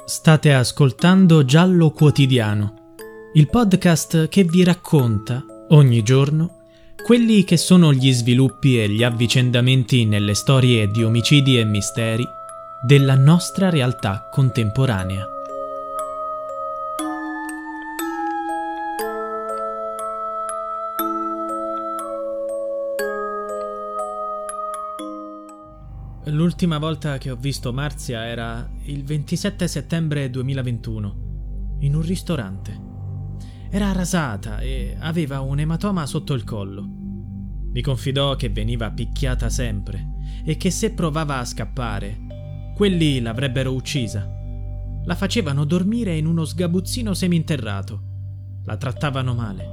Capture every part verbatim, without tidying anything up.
State ascoltando Giallo Quotidiano, il podcast che vi racconta, ogni giorno, quelli che sono gli sviluppi e gli avvicendamenti nelle storie di omicidi e misteri della nostra realtà contemporanea. L'ultima volta che ho visto Marzia era il ventisette settembre duemilaventuno, in un ristorante. Era rasata e aveva un ematoma sotto il collo. Mi confidò che veniva picchiata sempre e che se provava a scappare, quelli l'avrebbero uccisa. La facevano dormire in uno sgabuzzino seminterrato. La trattavano male.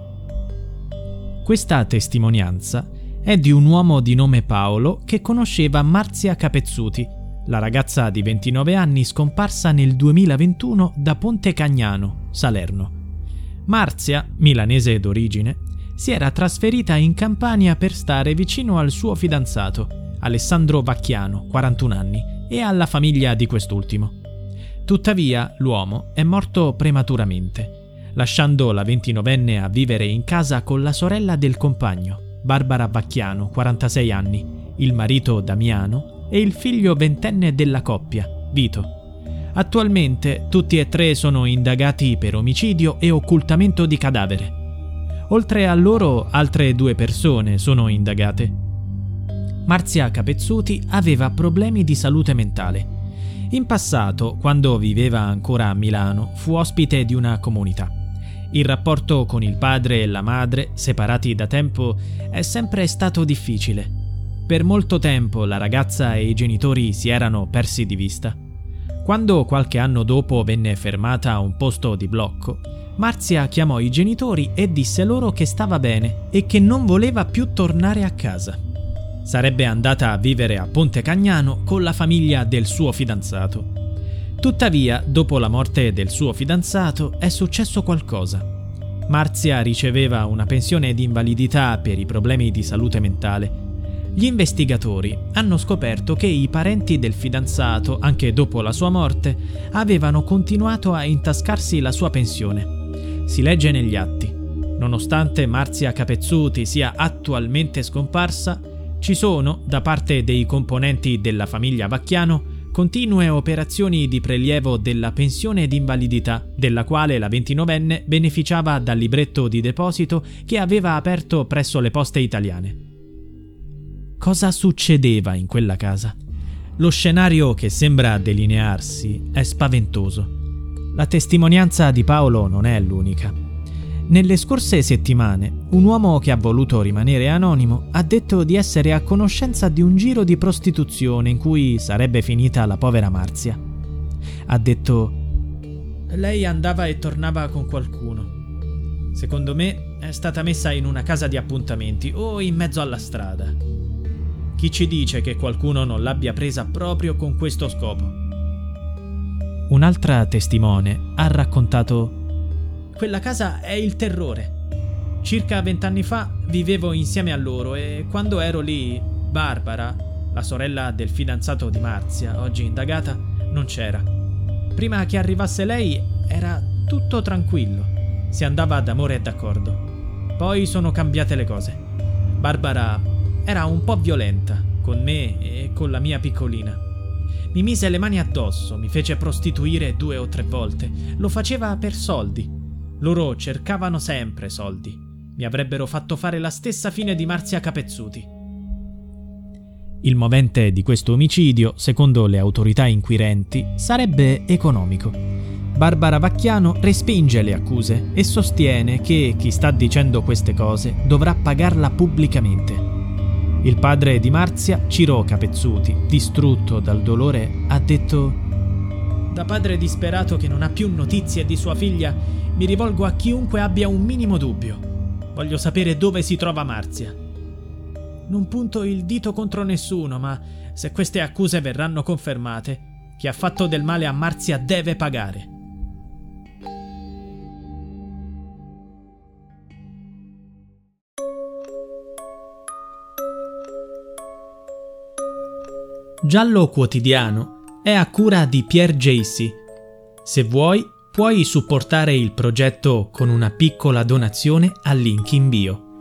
Questa testimonianza è di un uomo di nome Paolo che conosceva Marzia Capezzuti, la ragazza di ventinove anni scomparsa nel duemilaventuno da Ponte Cagnano, Salerno. Marzia, milanese d'origine, si era trasferita in Campania per stare vicino al suo fidanzato, Alessandro Vacchiano, quarantuno anni, e alla famiglia di quest'ultimo. Tuttavia, l'uomo è morto prematuramente, lasciando la ventinovenne a vivere in casa con la sorella del compagno, Barbara Vacchiano, quarantasei anni, il marito Damiano e il figlio ventenne della coppia, Vito. Attualmente tutti e tre sono indagati per omicidio e occultamento di cadavere. Oltre a loro, altre due persone sono indagate. Marzia Capezzuti aveva problemi di salute mentale. In passato, quando viveva ancora a Milano, fu ospite di una comunità. Il rapporto con il padre e la madre, separati da tempo, è sempre stato difficile. Per molto tempo la ragazza e i genitori si erano persi di vista. Quando qualche anno dopo venne fermata a un posto di blocco, Marzia chiamò i genitori e disse loro che stava bene e che non voleva più tornare a casa. Sarebbe andata a vivere a Ponte Cagnano con la famiglia del suo fidanzato. Tuttavia, dopo la morte del suo fidanzato, è successo qualcosa. Marzia riceveva una pensione di invalidità per i problemi di salute mentale. Gli investigatori hanno scoperto che i parenti del fidanzato, anche dopo la sua morte, avevano continuato a intascarsi la sua pensione. Si legge negli atti. Nonostante Marzia Capezzuti sia attualmente scomparsa, ci sono, da parte dei componenti della famiglia Vacchiano, continue operazioni di prelievo della pensione d'invalidità, della quale la ventinovenne beneficiava dal libretto di deposito che aveva aperto presso le poste italiane. Cosa succedeva in quella casa? Lo scenario che sembra delinearsi è spaventoso. La testimonianza di Paolo non è l'unica. Nelle scorse settimane, un uomo che ha voluto rimanere anonimo ha detto di essere a conoscenza di un giro di prostituzione in cui sarebbe finita la povera Marzia. Ha detto: lei andava e tornava con qualcuno. Secondo me è stata messa in una casa di appuntamenti o in mezzo alla strada. Chi ci dice che qualcuno non l'abbia presa proprio con questo scopo? Un'altra testimone ha raccontato: quella casa è il terrore. Circa vent'anni fa vivevo insieme a loro e quando ero lì, Barbara, la sorella del fidanzato di Marzia, oggi indagata, non c'era. Prima che arrivasse lei era tutto tranquillo. Si andava d'amore e d'accordo. Poi sono cambiate le cose. Barbara era un po' violenta con me e con la mia piccolina. Mi mise le mani addosso, mi fece prostituire due o tre volte. Lo faceva per soldi. Loro cercavano sempre soldi. Mi avrebbero fatto fare la stessa fine di Marzia Capezzuti. Il movente di questo omicidio, secondo le autorità inquirenti, sarebbe economico. Barbara Vacchiano respinge le accuse e sostiene che chi sta dicendo queste cose dovrà pagarla pubblicamente. Il padre di Marzia, Ciro Capezzuti, distrutto dal dolore, ha detto: da padre disperato che non ha più notizie di sua figlia, mi rivolgo a chiunque abbia un minimo dubbio. Voglio sapere dove si trova Marzia. Non punto il dito contro nessuno, ma se queste accuse verranno confermate, chi ha fatto del male a Marzia deve pagare. Giallo Quotidiano è a cura di Pier J C. Se vuoi, puoi supportare il progetto con una piccola donazione al link in bio.